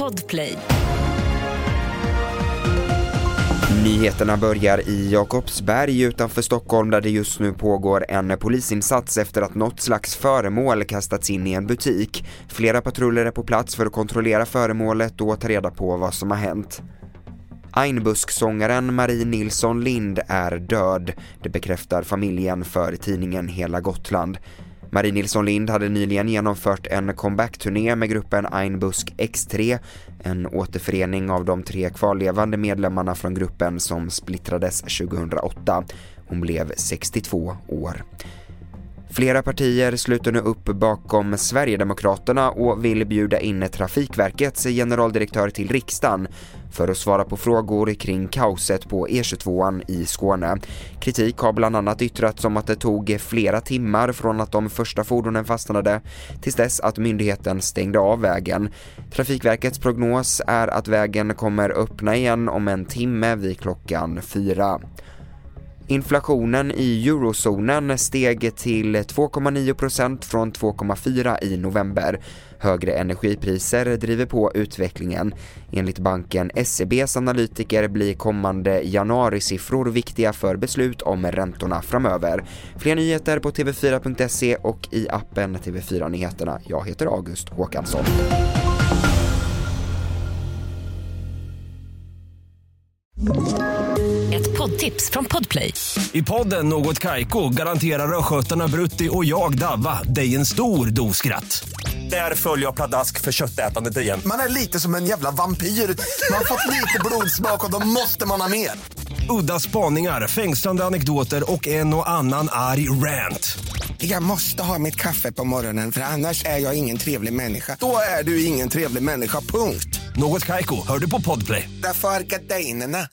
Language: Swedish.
Podplay. Nyheterna börjar i Jakobsberg utanför Stockholm där det just nu pågår en polisinsats efter att något slags föremål kastats in i en butik. Flera patruller är på plats för att kontrollera föremålet och ta reda på vad som har hänt. Einbusk-sångaren Marie Nilsson Lind är död. Det bekräftar familjen för tidningen Hela Gotland. Marie Nilsson Lind hade nyligen genomfört en comeback-turné med gruppen Einbusk X3, en återförening av de 3 kvarlevande medlemmarna från gruppen som splittrades 2008. Hon blev 62 år. Flera partier sluter nu upp bakom Sverigedemokraterna och vill bjuda in Trafikverkets generaldirektör till riksdagen för att svara på frågor kring kaoset på E22 i Skåne. Kritik har bland annat yttrats om att det tog flera timmar från att de första fordonen fastnade tills dess att myndigheten stängde av vägen. Trafikverkets prognos är att vägen kommer öppna igen om en timme vid klockan 4. Inflationen i eurozonen steg till 2,9% från 2,4% i november. Högre energipriser driver på utvecklingen. Enligt banken SEBs analytiker blir kommande januarisiffror viktiga för beslut om räntorna framöver. Fler nyheter på tv4.se och i appen TV4 Nyheterna. Jag heter August Håkansson. Ett poddtips från Podplay. I podden Något Kaiko garanterar röskötarna Brutti och jag Davva dig en stor doskratt. Där följer jag pladask för köttätandet igen. Man är lite som en jävla vampyr. Man har fått lite blodsmak och då måste man ha mer. Udda spaningar, fängslande anekdoter och en och annan arg rant. Jag måste ha mitt kaffe på morgonen för annars är jag ingen trevlig människa. Då är du ingen trevlig människa, punkt. Något Kaiko, hör du på Podplay. Därför är gardinerna.